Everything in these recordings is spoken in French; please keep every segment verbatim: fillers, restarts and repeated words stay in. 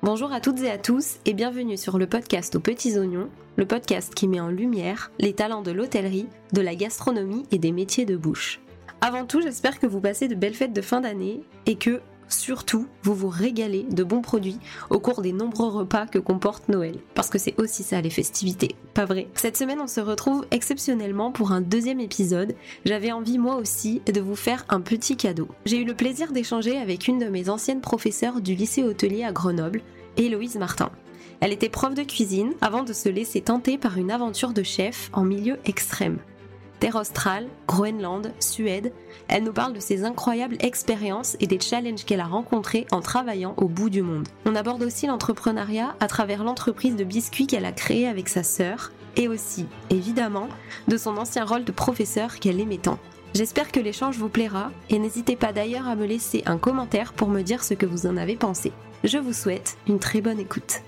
Bonjour à toutes et à tous et bienvenue sur le podcast aux petits oignons, le podcast qui met en lumière les talents de l'hôtellerie, de la gastronomie et des métiers de bouche. Avant tout, j'espère que vous passez de belles fêtes de fin d'année et que, surtout, vous vous régalez de bons produits au cours des nombreux repas que comporte Noël. Parce que c'est aussi ça les festivités, pas vrai? Cette semaine, on se retrouve exceptionnellement pour un deuxième épisode. J'avais envie moi aussi de vous faire un petit cadeau. J'ai eu le plaisir d'échanger avec une de mes anciennes professeurs du lycée hôtelier à Grenoble, Héloïse Martin. Elle était prof de cuisine avant de se laisser tenter par une aventure de chef en milieu extrême. Terre australe, Groenland, Suède, elle nous parle de ses incroyables expériences et des challenges qu'elle a rencontrés en travaillant au bout du monde. On aborde aussi l'entrepreneuriat à travers l'entreprise de biscuits qu'elle a créée avec sa sœur et aussi, évidemment, de son ancien rôle de professeur qu'elle aimait tant. J'espère que l'échange vous plaira et n'hésitez pas d'ailleurs à me laisser un commentaire pour me dire ce que vous en avez pensé. Je vous souhaite une très bonne écoute.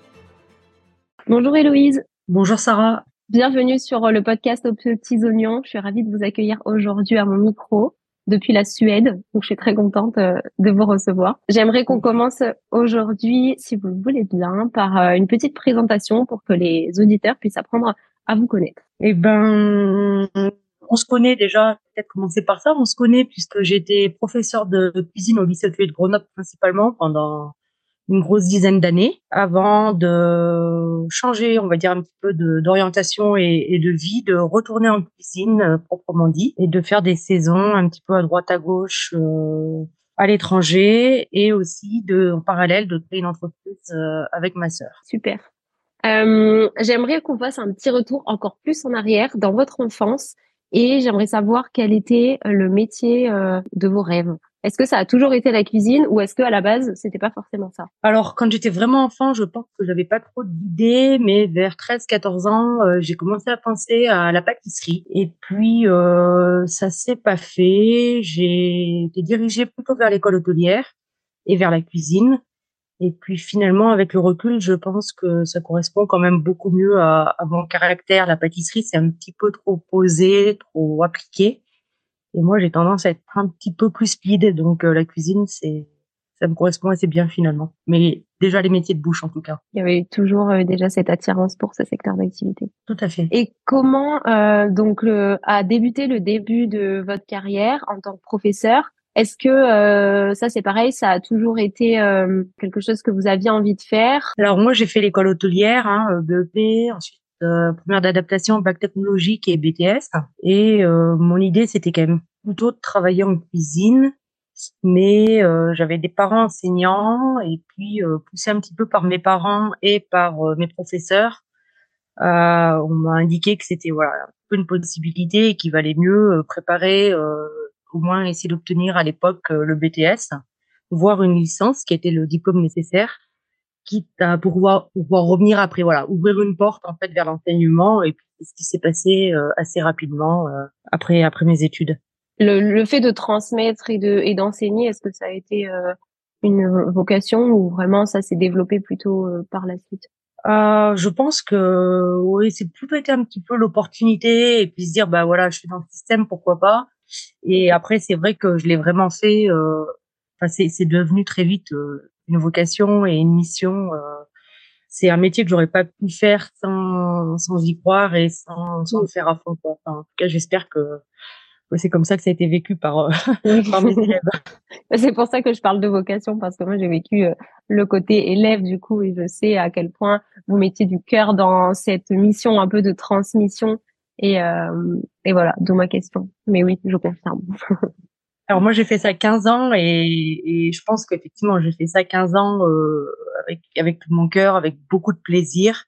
Bonjour Héloïse. Bonjour Sarah. Bienvenue sur le podcast aux petits oignons. Je suis ravie de vous accueillir aujourd'hui à mon micro depuis la Suède. Donc je suis très contente de vous recevoir. J'aimerais qu'on commence aujourd'hui, si vous le voulez bien, par une petite présentation pour que les auditeurs puissent apprendre à vous connaître. Eh ben, on se connaît déjà, peut-être commencer par ça. On se connaît puisque j'étais professeure de cuisine au lycée hôtelier de Grenoble principalement pendant une grosse dizaine d'années avant de changer, on va dire, un petit peu de, d'orientation et, et de vie, de retourner en cuisine euh, proprement dit et de faire des saisons un petit peu à droite à gauche euh, à l'étranger et aussi de en parallèle de créer une entreprise euh, avec ma sœur. Super. Euh, j'aimerais qu'on fasse un petit retour encore plus en arrière dans votre enfance et j'aimerais savoir quel était le métier euh, de vos rêves. Est-ce que ça a toujours été la cuisine ou est-ce que à la base c'était pas forcément ça? Alors quand j'étais vraiment enfant, je pense que j'avais pas trop d'idées, mais vers treize quatorze ans, euh, j'ai commencé à penser à la pâtisserie. Et puis euh, ça s'est pas fait. J'ai été dirigée plutôt vers l'école hôtelière et vers la cuisine. Et puis finalement, avec le recul, je pense que ça correspond quand même beaucoup mieux à, à mon caractère. La pâtisserie, c'est un petit peu trop posé, trop appliqué. Et moi, j'ai tendance à être un petit peu plus speed, donc euh, la cuisine, c'est, ça me correspond assez bien finalement. Mais déjà les métiers de bouche en tout cas. Il y avait toujours euh, déjà cette attirance pour ce secteur d'activité. Tout à fait. Et comment euh, donc le, a débuté le début de votre carrière en tant que professeur? Est-ce que euh, ça c'est pareil, ça a toujours été euh, quelque chose que vous aviez envie de faire? Alors moi, j'ai fait l'école hôtelière, hein, B E P, ensuite euh, première d'adaptation, bac technologique et B T S. Et euh, mon idée, c'était quand même plutôt de travailler en cuisine. Mais euh, j'avais des parents enseignants et puis euh, poussé un petit peu par mes parents et par euh, mes professeurs, euh, on m'a indiqué que c'était voilà un peu une possibilité et qu'il valait mieux euh, préparer, euh, au moins essayer d'obtenir à l'époque euh, le B T S, voire une licence qui était le diplôme nécessaire, quitte à pouvoir pouvoir revenir après, voilà, ouvrir une porte en fait vers l'enseignement. Et puis c'est ce qui s'est passé euh, assez rapidement euh, après après mes études. Le, le fait de transmettre et de et d'enseigner, est-ce que ça a été euh, une vocation ou vraiment ça s'est développé plutôt euh, par la suite? Euh, je pense que oui, c'est plutôt été un petit peu l'opportunité et puis se dire bah voilà, je suis dans le système, pourquoi pas. Et après, c'est vrai que je l'ai vraiment fait. Euh, enfin, c'est c'est devenu très vite euh, une vocation et une mission. Euh, c'est un métier que j'aurais pas pu faire sans sans y croire et sans sans le faire à fond, quoi. Enfin, en tout cas, j'espère que que c'est comme ça que ça a été vécu par euh, par mes élèves. C'est pour ça que je parle de vocation, parce que moi j'ai vécu euh, le côté élève du coup et je sais à quel point vous mettiez du cœur dans cette mission un peu de transmission et euh, et voilà, d'où ma question. Mais oui, je confirme. Alors moi j'ai fait ça quinze ans et, et je pense qu'effectivement j'ai fait ça quinze ans euh, avec avec tout mon cœur, avec beaucoup de plaisir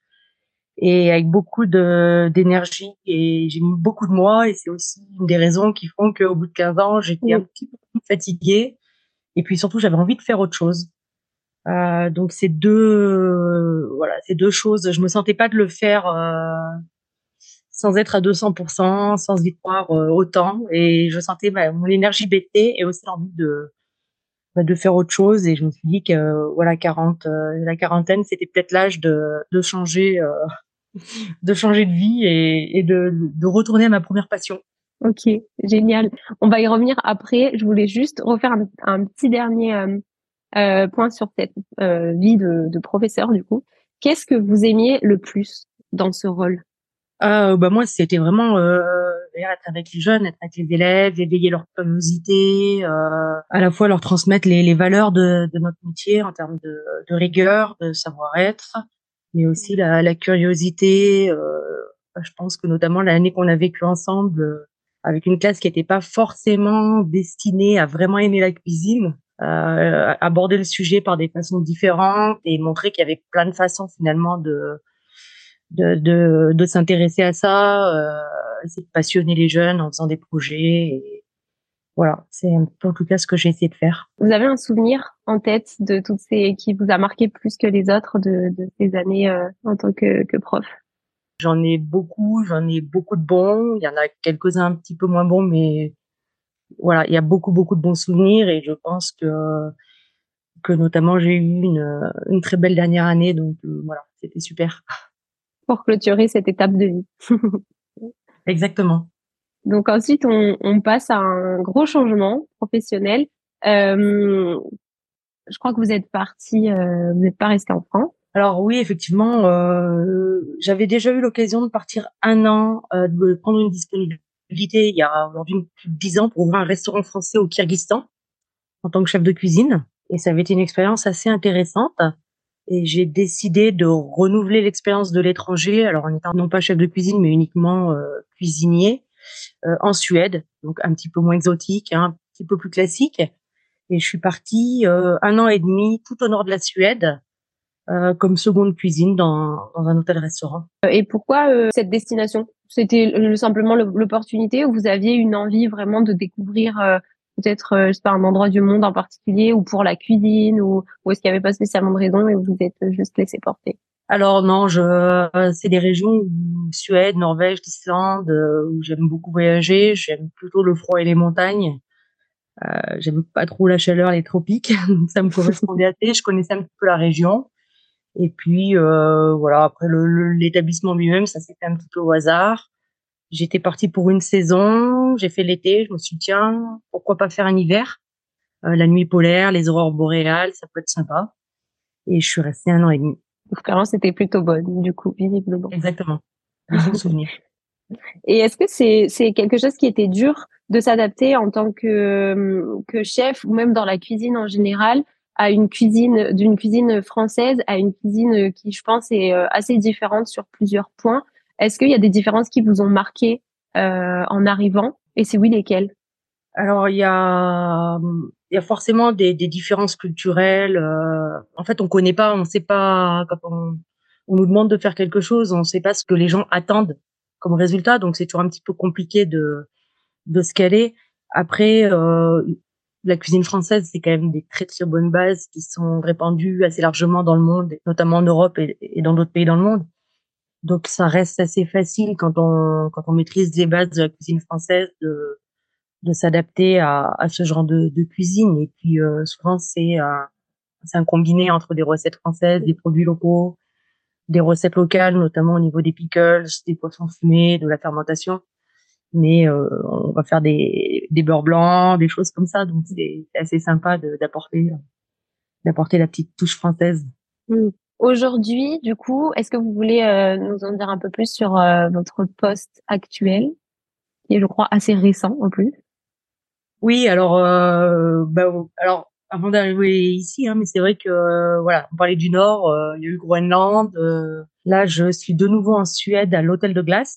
et avec beaucoup de d'énergie, et j'ai mis beaucoup de moi, et c'est aussi une des raisons qui font qu'au bout de quinze ans j'étais un Oui. petit peu plus fatiguée et puis surtout j'avais envie de faire autre chose. Euh, donc ces deux euh, voilà ces deux choses, je me sentais pas de le faire euh, sans être à deux cents pour cent, sans y croire euh, autant, et je sentais bah, mon énergie baisser et aussi l'envie de bah, de faire autre chose. Et je me suis dit que euh, voilà quarante euh, la quarantaine, c'était peut-être l'âge de de changer euh, de changer de vie et, et de de retourner à ma première passion. Ok, génial. On va y revenir après. Je voulais juste refaire un, un petit dernier euh, euh, point sur cette euh, vie de, de professeur du coup. Qu'est-ce que vous aimiez le plus dans ce rôle? Euh, bah moi, c'était vraiment euh, être avec les jeunes, être avec les élèves, éveiller leur curiosité, euh, à la fois leur transmettre les, les valeurs de, de notre métier en termes de, de rigueur, de savoir-être, mais aussi la, la curiosité. Euh, je pense que notamment l'année qu'on a vécue ensemble, euh, avec une classe qui n'était pas forcément destinée à vraiment aimer la cuisine, euh, aborder le sujet par des façons différentes et montrer qu'il y avait plein de façons finalement de de, de, de s'intéresser à ça, euh, essayer de passionner les jeunes en faisant des projets. Et voilà, c'est un peu en tout cas ce que j'ai essayé de faire. Vous avez un souvenir en tête de toutes ces qui vous a marqué plus que les autres de, de ces années euh, en tant que, que prof? J'en ai beaucoup, j'en ai beaucoup de bons. Il y en a quelques-uns un petit peu moins bons, mais voilà, il y a beaucoup, beaucoup de bons souvenirs et je pense que que notamment j'ai eu une, une très belle dernière année, donc euh, voilà, c'était super. Pour clôturer cette étape de vie. Exactement. Donc ensuite, on, on passe à un gros changement professionnel. Euh, je crois que vous êtes parti, euh, vous n'êtes pas resté en France. Alors oui, effectivement, euh, j'avais déjà eu l'occasion de partir un an, euh, de prendre une disponibilité il y a aujourd'hui plus de dix ans pour ouvrir un restaurant français au Kyrgyzstan en tant que chef de cuisine. Et ça avait été une expérience assez intéressante. Et j'ai décidé de renouveler l'expérience de l'étranger, alors en étant non pas chef de cuisine, mais uniquement euh, cuisinier, euh, en Suède, donc un petit peu moins exotique, hein, un petit peu plus classique. Et je suis partie euh, un an et demi tout au nord de la Suède, euh, comme seconde cuisine dans, dans un hôtel-restaurant. Et pourquoi euh, cette destination? C'était euh, simplement le- l'opportunité ou vous aviez une envie vraiment de découvrir euh, peut-être, euh, je sais pas, un endroit du monde en particulier ou pour la cuisine ou, ou est-ce qu'il n'y avait pas spécialement de raison et vous vous êtes juste laissé porter? Alors non, je, euh, c'est des régions où Suède, Norvège, Islande, euh, où j'aime beaucoup voyager. J'aime plutôt le froid et les montagnes. Euh, j'aime pas trop la chaleur, les tropiques. Donc ça me correspondait assez. Je connaissais un petit peu la région. Et puis euh, voilà. Après le, le- l'établissement lui-même, ça s'est fait un petit peu au hasard. J'étais partie pour une saison. J'ai fait l'été. Je me suis dit tiens, pourquoi pas faire un hiver? Euh, la nuit polaire, les aurores boréales, ça peut être sympa. Et je suis restée un an et demi. L'expérience était plutôt bonne, du coup, visiblement. Exactement. Un bon souvenir. Et est-ce que c'est c'est quelque chose qui était dur de s'adapter en tant que que chef ou même dans la cuisine en général à une cuisine d'une cuisine française à une cuisine qui je pense est euh, assez différente sur plusieurs points. Est-ce qu'il y a des différences qui vous ont marqué euh, en arrivant? Et si oui, lesquelles? Alors il y a il y a forcément des, des différences culturelles. Euh, en fait, on connaît pas, on sait pas quand on, on nous demande de faire quelque chose, on sait pas ce que les gens attendent comme résultat. Donc c'est toujours un petit peu compliqué de de se caler. Après, euh, la cuisine française, c'est quand même des très très bonnes bases qui sont répandues assez largement dans le monde, notamment en Europe et, et dans d'autres pays dans le monde. Donc ça reste assez facile quand on quand on maîtrise les bases de la cuisine française de de s'adapter à, à ce genre de, de cuisine. Et puis euh, souvent c'est un, c'est un combiné entre des recettes françaises, des produits locaux, des recettes locales, notamment au niveau des pickles, des poissons fumés, de la fermentation. Mais euh, on va faire des, des beurres blancs, des choses comme ça. Donc c'est assez sympa de, d'apporter d'apporter la petite touche française. Hmm. Aujourd'hui, du coup, est-ce que vous voulez euh, nous en dire un peu plus sur euh, votre poste actuel, qui est, je crois, assez récent en plus? Oui, alors, euh, bah, alors avant d'arriver ici, hein, mais c'est vrai que euh, voilà, on parlait du Nord, euh, il y a eu Groenland. Euh, là, je suis de nouveau en Suède à l'hôtel de glace.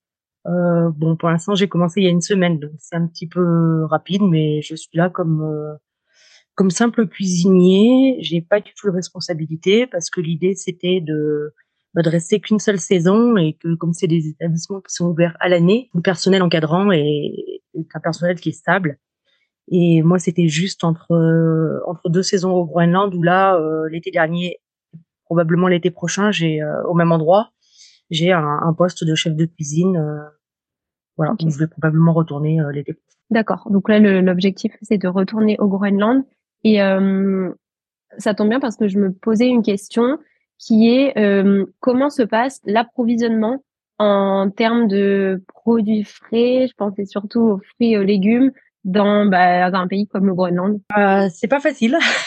Euh, bon, pour l'instant, j'ai commencé il y a une semaine, donc c'est un petit peu rapide, mais je suis là comme euh, comme simple cuisinier. J'ai pas du tout de responsabilité parce que l'idée c'était de bah, de rester qu'une seule saison et que comme c'est des établissements qui sont ouverts à l'année, le personnel encadrant est, est un personnel qui est stable. Et moi, c'était juste entre euh, entre deux saisons au Groenland où là, euh, l'été dernier, probablement l'été prochain, j'ai euh, au même endroit, j'ai un, un poste de chef de cuisine. Euh, voilà, Ok. où je vais probablement retourner euh, l'été prochain. D'accord. Donc là, le- l'objectif, c'est de retourner au Groenland. Et euh, ça tombe bien parce que je me posais une question qui est euh, comment se passe l'approvisionnement en termes de produits frais, je pensais surtout aux fruits et aux légumes, dans, bah, dans un pays comme le Groenland. Euh, c'est pas facile.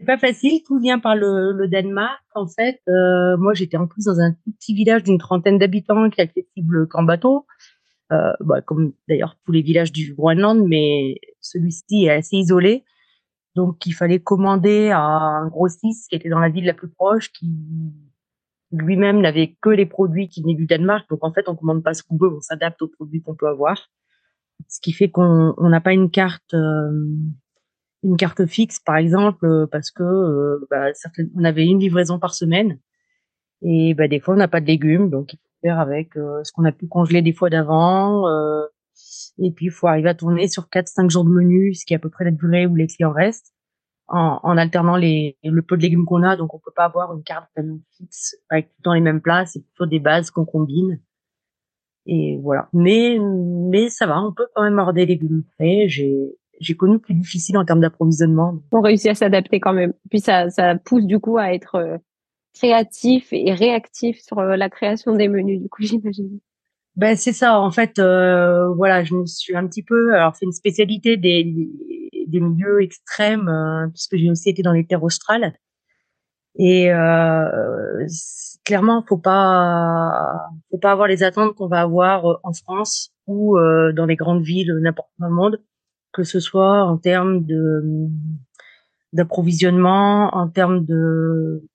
C'est pas facile, tout vient par le, le Danemark. En fait, euh, moi j'étais en plus dans un tout petit village d'une trentaine d'habitants qui est accessible qu'en bateau, euh, bah, comme d'ailleurs tous les villages du Groenland, mais celui-ci est assez isolé. Donc il fallait commander à un grossiste qui était dans la ville la plus proche, qui lui-même n'avait que les produits qui venaient du Danemark. Donc en fait, on commande pas ce qu'on veut, on s'adapte aux produits qu'on peut avoir. Ce qui fait qu'on on n'a pas une carte. Euh, une carte fixe, par exemple, euh, parce que euh, bah, certaines, on avait une livraison par semaine et bah, des fois on n'a pas de légumes, donc il faut faire avec euh, ce qu'on a pu congeler des fois d'avant. Euh, et puis il faut arriver à tourner sur quatre cinq jours de menu, ce qui est à peu près la durée où les clients restent, en, en alternant les, le peu de légumes qu'on a. Donc on peut pas avoir une carte vraiment fixe avec tout le temps les mêmes plats, c'est plutôt des bases qu'on combine. Et voilà. Mais mais ça va, on peut quand même avoir des légumes frais. J'ai j'ai connu plus difficile en termes d'approvisionnement. On réussit à s'adapter quand même. Puis ça, ça pousse du coup à être euh, créatif et réactif sur euh, la création des menus, du coup, j'imagine. Ben c'est ça. En fait, euh, voilà, je me suis un petit peu. Alors c'est une spécialité des des milieux extrêmes, euh, puisque j'ai aussi été dans les terres australes. Et euh, c'est- clairement, faut pas faut pas avoir les attentes qu'on va avoir euh, en France ou euh, dans les grandes villes n'importe où dans le monde, que ce soit en termes de d'approvisionnement, en termes de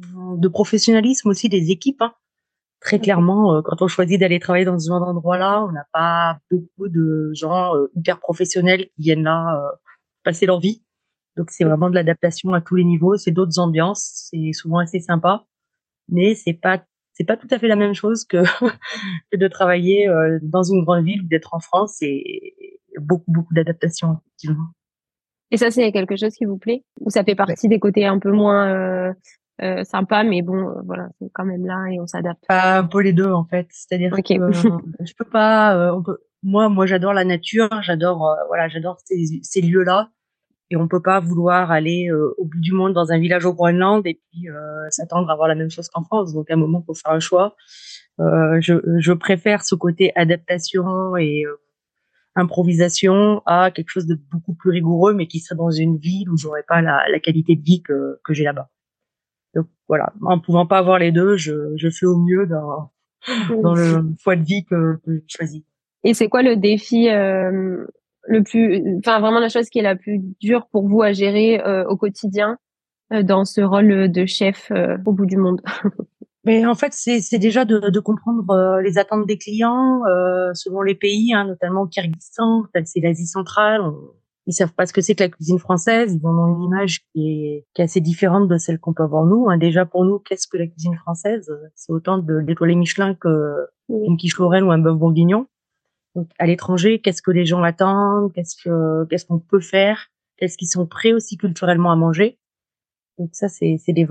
de professionnalisme aussi des équipes, hein. Très Ok. clairement, euh, quand on choisit d'aller travailler dans ce genre d'endroit-là, on n'a pas beaucoup de gens euh, hyper professionnels qui viennent là euh, passer leur vie. Donc c'est vraiment de l'adaptation à tous les niveaux. C'est d'autres ambiances. C'est souvent assez sympa, mais c'est pas c'est pas tout à fait la même chose que, que de travailler euh, dans une grande ville ou d'être en France. C'est beaucoup beaucoup d'adaptation effectivement. Et ça, c'est quelque chose qui vous plaît? Ou ça fait Ouais. partie des côtés un peu moins euh, euh, sympas, mais bon, euh, voilà, c'est quand même là et on s'adapte. Pas un peu les deux en fait. C'est-à-dire Ok. que euh, je peux pas. Euh, on peut, moi moi j'adore la nature. J'adore euh, voilà j'adore ces, ces lieux-là. Et on peut pas vouloir aller euh, au bout du monde dans un village au Groenland et puis euh, s'attendre à avoir la même chose qu'en France. Donc à un moment, faut faire un choix. Euh, je, je préfère ce côté adaptation et euh, improvisation à quelque chose de beaucoup plus rigoureux, mais qui serait dans une ville où j'aurais pas la, la qualité de vie que, que j'ai là-bas. Donc voilà, en pouvant pas avoir les deux, je, je fais au mieux dans, dans le choix de vie que, que je choisis. Et c'est quoi le défi euh, le plus, enfin vraiment la chose qui est la plus dure pour vous à gérer euh, au quotidien euh, dans ce rôle de chef euh, au bout du monde? Mais en fait, c'est c'est déjà de, de comprendre euh, les attentes des clients euh, selon les pays, hein, notamment au Kyrgyzstan, c'est l'Asie centrale. On- ils savent pas ce que c'est que la cuisine française. Ils en ont une image qui est, qui est assez différente de celle qu'on peut avoir nous, hein. Déjà pour nous, qu'est-ce que la cuisine française? C'est autant de l'étoilé Michelin que Oui. une quiche Lorraine ou un bœuf bourguignon. Donc à l'étranger, qu'est-ce que les gens attendent? Qu'est-ce que qu'est-ce qu'on peut faire? Qu'est-ce qu'ils sont prêts aussi culturellement à manger? Donc ça, c'est c'est des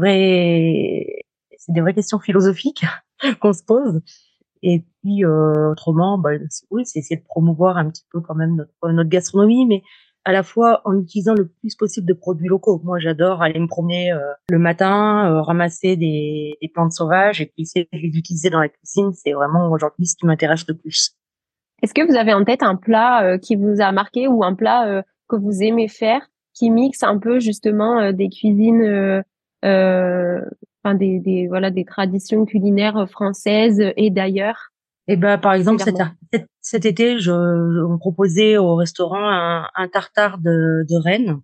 vrais c'est des vraies questions philosophiques qu'on se pose. Et puis euh, autrement, bah, c'est- oui, c'est essayer de promouvoir un petit peu quand même notre notre gastronomie, mais à la fois en utilisant le plus possible de produits locaux. Moi, j'adore aller me promener euh, le matin, euh, ramasser des, des plantes sauvages et puis essayer de les utiliser dans la cuisine. C'est vraiment aujourd'hui ce qui m'intéresse le plus. Est-ce que vous avez en tête un plat euh, qui vous a marqué ou un plat euh, que vous aimez faire qui mixe un peu justement euh, des cuisines, euh, euh, enfin des, des voilà des traditions culinaires françaises et d'ailleurs Et ben, par exemple, cet, particulièrement? ar- cet, cet été, je, je- on proposait au restaurant un, un tartare de, de Rennes.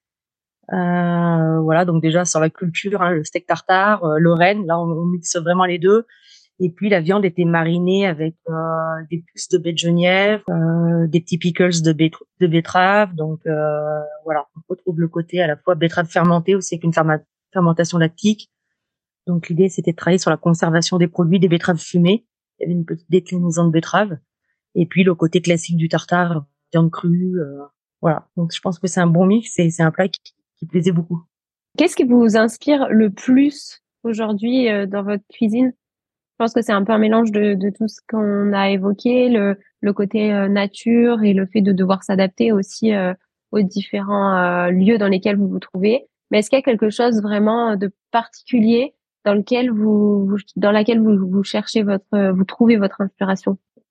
Euh, voilà, donc déjà sur la culture, hein, le steak tartare, euh, le Rennes, là on, on mixe vraiment les deux. Et puis la viande était marinée avec euh, des pousses de baie de genièvre, euh, des petits pickles de, bétr- de betterave. Donc euh, voilà, on retrouve le côté à la fois betterave fermentée aussi avec une ferma- fermentation lactique. Donc l'idée c'était de travailler sur la conservation des produits des betteraves fumées. Il y avait une petite déclinaison de betterave. Et puis le côté classique du tartare, viande crue. Euh, voilà, donc je pense que c'est un bon mix et c'est un plat qui, qui plaisait beaucoup. Qu'est-ce qui vous inspire le plus aujourd'hui euh, dans votre cuisine? Je pense que c'est un peu un mélange de, de tout ce qu'on a évoqué, le, le côté euh, nature et le fait de devoir s'adapter aussi euh, aux différents euh, lieux dans lesquels vous vous trouvez. Mais est-ce qu'il y a quelque chose vraiment de particulier dans lequel vous, vous- dans laquelle vous, vous cherchez votre, vous trouvez votre inspiration?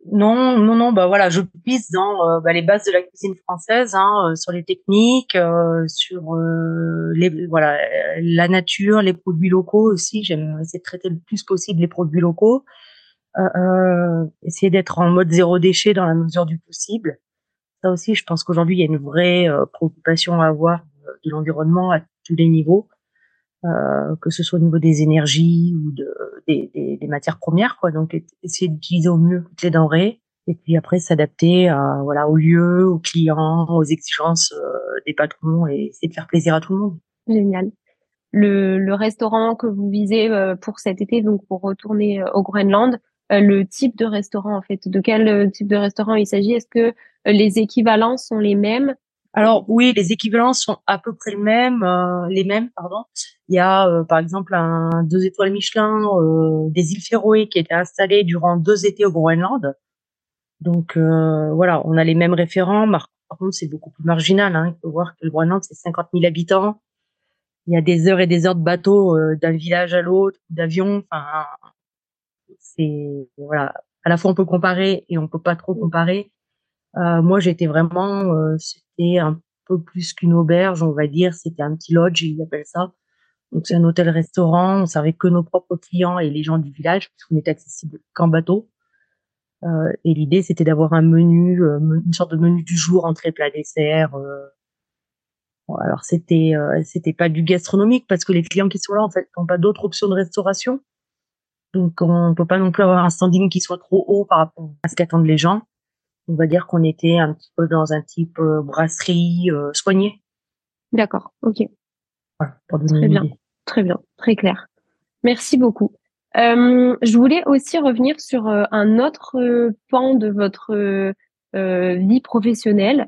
Non, non, non, bah voilà, je puise dans euh, bah, les bases de la cuisine française, hein, euh, sur les techniques, euh, sur euh, les voilà euh, la nature, les produits locaux aussi. J'aime essayer de traiter le plus possible les produits locaux, euh, euh, essayer d'être en mode zéro déchet dans la mesure du possible. Ça aussi, je pense qu'aujourd'hui il y a une vraie euh, préoccupation à avoir euh, de l'environnement à tous les niveaux, euh, que ce soit au niveau des énergies ou de des, des, des matières premières, quoi. Donc essayer d'utiliser au mieux toutes les denrées et puis après s'adapter à, voilà, au lieu, aux clients, aux exigences euh, des patrons et essayer de faire plaisir à tout le monde. Génial. Le, le restaurant que vous visez euh, pour cet été, donc pour retourner euh, au Groenland, euh, le type de restaurant en fait, de quel euh, type de restaurant il s'agit? Est-ce que euh, les équivalents sont les mêmes? Alors oui, les équivalents sont à peu près les mêmes, euh, les mêmes, pardon. Il y a euh, par exemple un deux étoiles Michelin euh, des îles Féroé qui était installé durant deux étés au Groenland. Donc euh, voilà, on a les mêmes référents. Mar- Par contre, c'est beaucoup plus marginal, hein. Il faut voir que le Groenland, c'est cinquante mille habitants. Il y a des heures et des heures de bateau euh, d'un village à l'autre, d'avion. Enfin, c'est voilà. À la fois, on peut comparer et on peut pas trop comparer. Euh, moi, j'étais vraiment, euh, c'était un peu plus qu'une auberge, on va dire. C'était un petit lodge, ils appellent ça. Donc, c'est un hôtel-restaurant. On servait que nos propres clients et les gens du village, puisqu'on était accessible qu'en bateau. Euh, et l'idée, c'était d'avoir un menu, euh, une sorte de menu du jour, entrée, plat, dessert. Euh. Bon, alors, c'était, euh, c'était pas du gastronomique parce que les clients qui sont là, en fait, n'ont pas d'autres options de restauration. Donc, on peut pas non plus avoir un standing qui soit trop haut par rapport à ce qu'attendent les gens. On va dire qu'on était un petit peu dans un type euh, brasserie euh, soignée. D'accord, ok, Voilà, pour donner très une bien, idée. très bien, très clair. Merci beaucoup. Euh, je voulais aussi revenir sur euh, un autre euh, pan de votre euh, euh, vie professionnelle.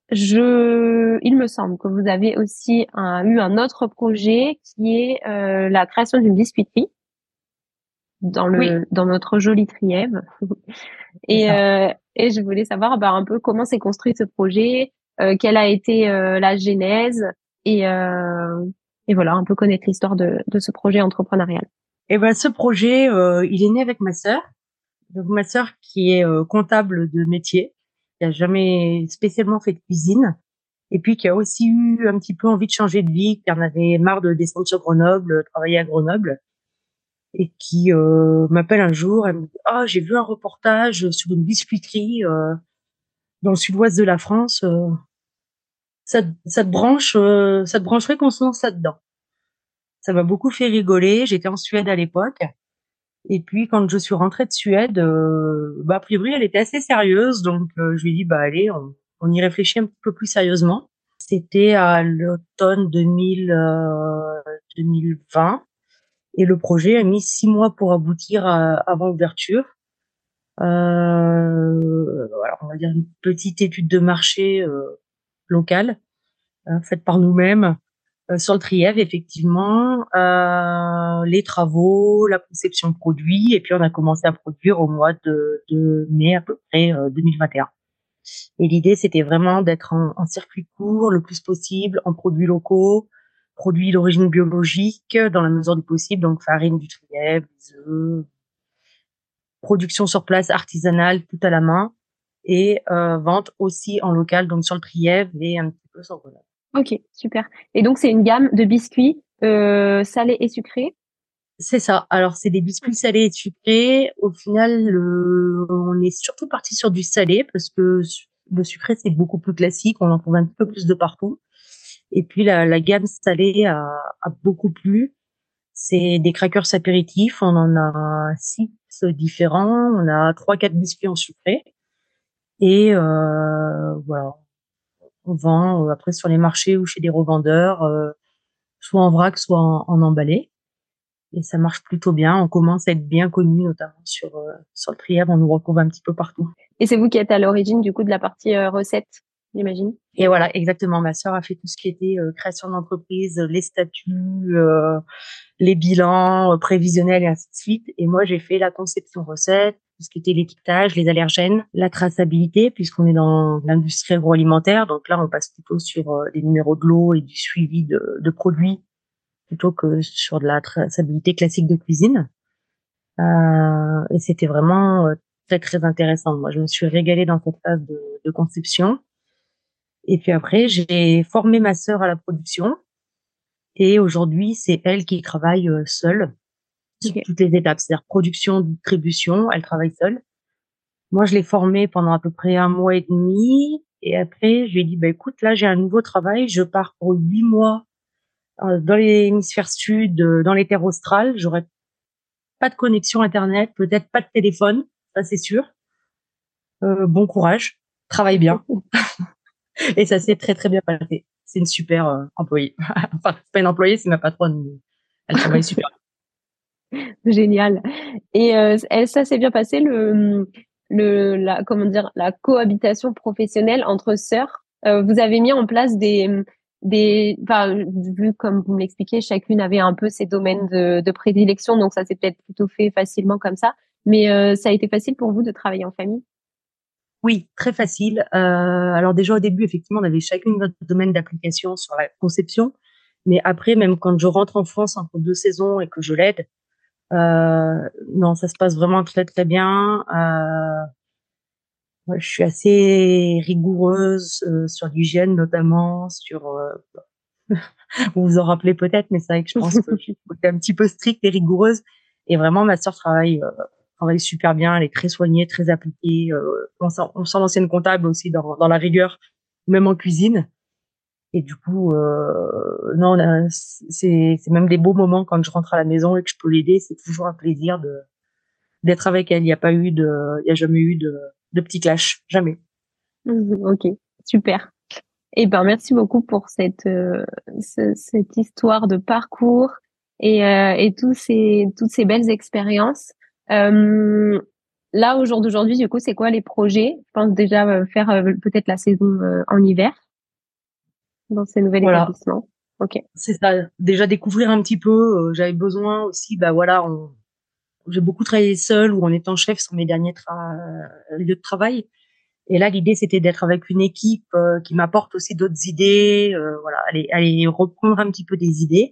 Je, il me semble que vous avez aussi un- eu un autre projet qui est euh, la création d'une biscuiterie dans Oui, le dans notre jolie Trièves. c'est Et ça. euh, et je voulais savoir bah, un peu comment s'est construit ce projet, euh, quelle a été euh, la genèse et euh, et voilà un peu connaître l'histoire de de ce projet entrepreneurial. Et ben, ce projet, euh, il est né avec ma sœur. Donc, ma sœur qui est euh, comptable de métier, qui a jamais spécialement fait de cuisine, et puis qui a aussi eu un petit peu envie de changer de vie, qui en avait marre de descendre sur Grenoble, euh, travailler à Grenoble, et qui euh, m'appelle un jour, elle me dit: «Ah, j'ai vu un reportage sur une biscuiterie euh, dans le sud-ouest de la France. Euh, ça, te- ça te branche, euh, ça te brancherait qu'on se lance là-dedans?» Ça m'a beaucoup fait rigoler. J'étais en Suède à l'époque. Et puis, quand je suis rentrée de Suède, euh, bah, a priori, elle était assez sérieuse. Donc, euh, je lui ai dit, bah, allez, on, on y réfléchit un petit peu plus sérieusement. C'était à l'automne deux mille, euh, deux mille vingt. Et le projet a mis six mois pour aboutir à- avant l'ouverture. Euh, voilà, on va dire une petite étude de marché euh, locale, hein, faite par nous-mêmes. Euh, sur le Trièves, effectivement, euh, les travaux, la conception de produits, et puis on a commencé à produire au mois de, de mai à peu près euh, deux mille vingt et un. Et un. Et l'idée, c'était vraiment d'être en, en circuit court le plus possible, en produits locaux, produits d'origine biologique dans la mesure du possible, donc farine du Trièves, des œufs, production sur place artisanale, tout à la main, et euh, vente aussi en local, donc sur le Trièves et un petit peu sur Grenoble. Ok, super. Et donc c'est une gamme de biscuits euh, salés et sucrés. C'est ça. Alors, c'est des biscuits salés et sucrés. Au final, le- on est surtout parti sur du salé parce que su- le sucré, c'est beaucoup plus classique. On en trouve un petit peu plus de partout. Et puis, la, la gamme salée a, a beaucoup plu. C'est des crackers apéritifs. On en a six différents. On a trois, quatre biscuits en sucré. Et euh, voilà, on vend euh, après sur les marchés ou chez des revendeurs, euh, soit en vrac, soit en, en emballé. Et ça marche plutôt bien. On commence à être bien connu, notamment sur, euh, sur le Trièves. On nous retrouve un petit peu partout. Et c'est vous qui êtes à l'origine du coup de la partie euh, recette, j'imagine. Et voilà, exactement. Ma sœur a fait tout ce qui était euh, création d'entreprise, les statuts, euh, les bilans euh, prévisionnels et ainsi de suite. Et moi, j'ai fait la conception recette, tout ce qui était l'étiquetage, les allergènes, la traçabilité, puisqu'on est dans l'industrie agroalimentaire. Donc là, on passe plutôt sur euh, les numéros de l'eau et du suivi de, de produits plutôt que sur de la traçabilité classique de cuisine. Euh, et c'était vraiment euh, très, très intéressante. Moi, je me suis régalée dans cette phase de, de conception. Et puis après, j'ai formé ma sœur à la production. Et aujourd'hui, c'est elle qui travaille euh, seule sur Ok. toutes les étapes. C'est-à-dire production, distribution, elle travaille seule. Moi, je l'ai formée pendant à peu près un mois et demi. Et après, je lui ai dit, bah, écoute, là, j'ai un nouveau travail. Je pars pour huit mois euh, dans l'hémisphère sud, euh, dans les terres australes. J'aurai pas de connexion Internet, peut-être pas de téléphone, ça c'est sûr. Euh, bon courage, travaille bien. Et ça s'est très très bien passé. C'est une super euh, employée. Enfin, c'est pas une employée, c'est ma patronne. Mais elle travaille super. Génial. Et euh, elle- ça s'est bien passé le le la comment dire la cohabitation professionnelle entre sœurs. Euh, vous avez mis en place des des enfin vu comme vous me l'expliquez, chacune avait un peu ses domaines de, de prédilection, donc ça s'est peut-être plutôt fait facilement comme ça. Mais euh, ça a été facile pour vous de travailler en famille? Oui, très facile. Euh, alors déjà au début, effectivement, on avait chacune notre domaine d'application sur la conception. Mais après, même quand je rentre en France entre deux saisons et que je l'aide, euh, non, ça se passe vraiment très très bien. Euh, moi, je suis assez rigoureuse euh, sur l'hygiène, notamment sur. Euh, vous vous en rappelez peut-être, mais c'est vrai que je pense que je suis un petit peu stricte et rigoureuse. Et vraiment, ma sœur travaille euh, travaille super bien. Elle est très soignée, très appliquée. Euh, on sent, on sent l'ancienne comptable aussi dans dans la rigueur, même en cuisine. Et du coup, euh, non, là, c'est c'est même des beaux moments quand je rentre à la maison et que je peux l'aider. C'est toujours un plaisir de d'être avec elle. Il n'y a pas eu de, il y a jamais eu de de petits clashs, jamais. Ok, super. Eh ben, merci beaucoup pour cette, euh, ce- cette histoire de parcours et, euh, et tous ces, toutes ces belles expériences. Euh, Là, au jour d'aujourd'hui, du coup, c'est quoi les projets? Je pense déjà euh, faire euh, peut-être la saison euh, en hiver dans ces nouvel Voilà, établissement. Ok. c'est ça. Déjà découvrir un petit peu. euh, J'avais besoin aussi, bah voilà, on, j'ai beaucoup travaillé seule ou en étant chef sur mes derniers tra- euh, lieux de travail. Et là, l'idée, c'était d'être avec une équipe euh, qui m'apporte aussi d'autres idées. Euh, voilà, aller, aller reprendre un petit peu des idées.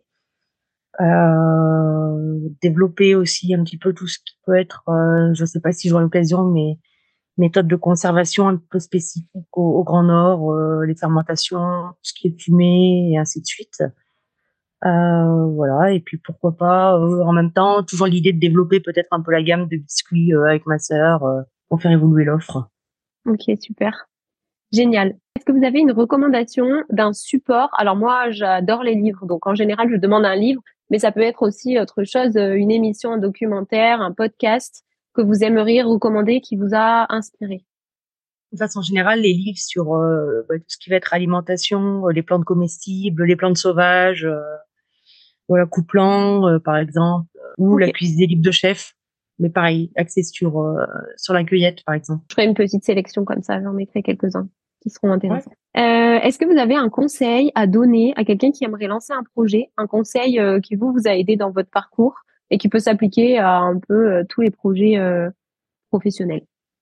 Euh, développer aussi un petit peu tout ce qui peut être, euh, je sais pas si j'aurai l'occasion, mais méthodes de conservation un peu spécifiques au, au Grand Nord, euh, les fermentations, ce qui est fumé et ainsi de suite. Euh, voilà, et puis pourquoi pas, euh, en même temps, toujours l'idée de développer peut-être un peu la gamme de biscuits euh, avec ma sœur euh, pour faire évoluer l'offre. Ok, super. Génial. Est-ce que vous avez une recommandation d'un support? Alors moi, j'adore les livres, donc en général, je demande un livre, mais ça peut être aussi autre chose, euh, une émission, un documentaire, un podcast que vous aimeriez recommander qui vous a inspiré. De façon générale, les livres sur euh, bah, tout ce qui va être alimentation, euh, les plantes comestibles, les plantes sauvages, euh, voilà, Couplan, euh, par exemple, euh, ou Ok. la cuisine des livres de chef, mais pareil, axé sur euh, sur la cueillette, par exemple. Je ferai une petite sélection comme ça, j'en mettrai quelques-uns qui seront Ouais. intéressants. Euh, est-ce que vous avez un conseil à donner à quelqu'un qui aimerait lancer un projet, un conseil euh, qui vous vous a aidé dans votre parcours et qui peut s'appliquer à un peu euh, tous les projets euh, professionnels?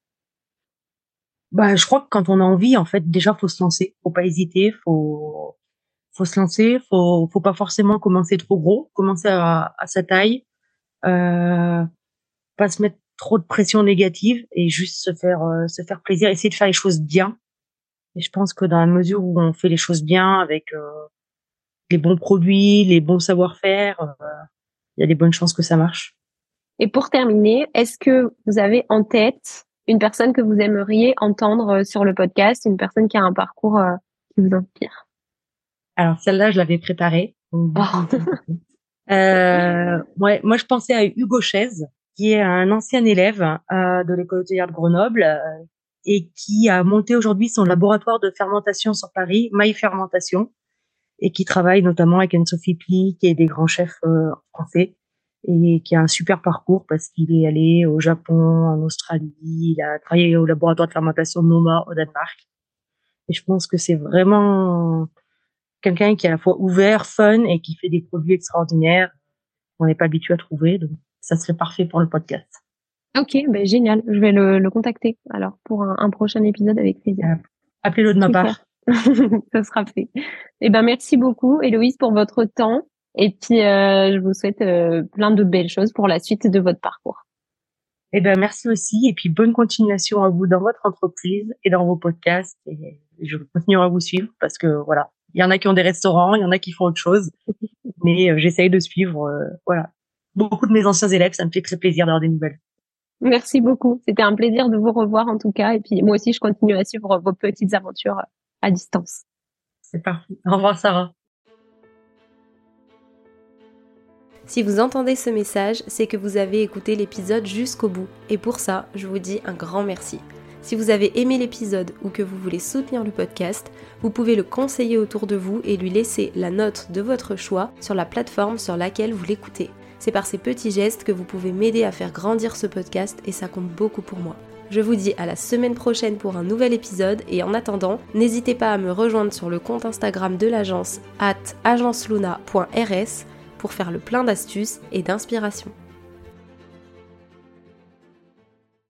Bah, je crois que quand on a envie, en fait, déjà, faut se lancer. Faut pas hésiter. Faut, faut se lancer. Faut, faut pas forcément commencer trop gros. Commencer à, à sa taille. Euh, pas se mettre trop de pression négative et juste se faire, euh, se faire plaisir. Essayer de faire les choses bien. Et je pense que dans la mesure où on fait les choses bien avec euh, les bons produits, les bons savoir-faire, euh, il y a des bonnes chances que ça marche. Et pour terminer, est-ce que vous avez en tête une personne que vous aimeriez entendre euh, sur le podcast, une personne qui a un parcours euh, qui vous inspire? Alors celle-là, je l'avais préparée. Donc, du coup, Oh. Euh, ouais, moi, je pensais à Hugo Chaise, qui est un ancien élève euh, de l'école hôtelière de Grenoble euh, et qui a monté aujourd'hui son laboratoire de fermentation sur Paris, My Fermentation, et qui travaille notamment avec Anne-Sophie Pli, qui est des grands chefs euh, français et qui a un super parcours parce qu'il est allé au Japon, en Australie, il a travaillé au laboratoire de fermentation de Noma au Danemark. Et je pense que c'est vraiment quelqu'un qui est à la fois ouvert, fun et qui fait des produits extraordinaires on n'est pas habitué à trouver. Donc, ça serait parfait pour le podcast. Ok, ben génial. Je vais le, le contacter alors pour un, un prochain épisode avec plaisir. Euh, Appelez-le de ma Super. part. Ça sera fait. Eh ben merci beaucoup, Héloïse, pour votre temps. Et puis euh, je vous souhaite euh, plein de belles choses pour la suite de votre parcours. Eh ben, merci aussi. Et puis, bonne continuation à vous dans votre entreprise et dans vos podcasts. Et je continuerai à vous suivre parce que voilà, il y en a qui ont des restaurants, il y en a qui font autre chose. Mais euh, j'essaye de suivre, euh, voilà. Beaucoup de mes anciens élèves, ça me fait très plaisir d'avoir des nouvelles. Merci beaucoup. C'était un plaisir de vous revoir en tout cas. Et puis moi aussi, je continue à suivre vos petites aventures à distance. C'est parfait. Au revoir, Sarah. Si vous entendez ce message, c'est que vous avez écouté l'épisode jusqu'au bout. Et pour ça, je vous dis un grand merci. Si vous avez aimé l'épisode ou que vous voulez soutenir le podcast, vous pouvez le conseiller autour de vous et lui laisser la note de votre choix sur la plateforme sur laquelle vous l'écoutez. C'est par ces petits gestes que vous pouvez m'aider à faire grandir ce podcast et ça compte beaucoup pour moi. Je vous dis à la semaine prochaine pour un nouvel épisode et en attendant, n'hésitez pas à me rejoindre sur le compte Instagram de l'agence arobase agenceluna point r s pour faire le plein d'astuces et d'inspiration.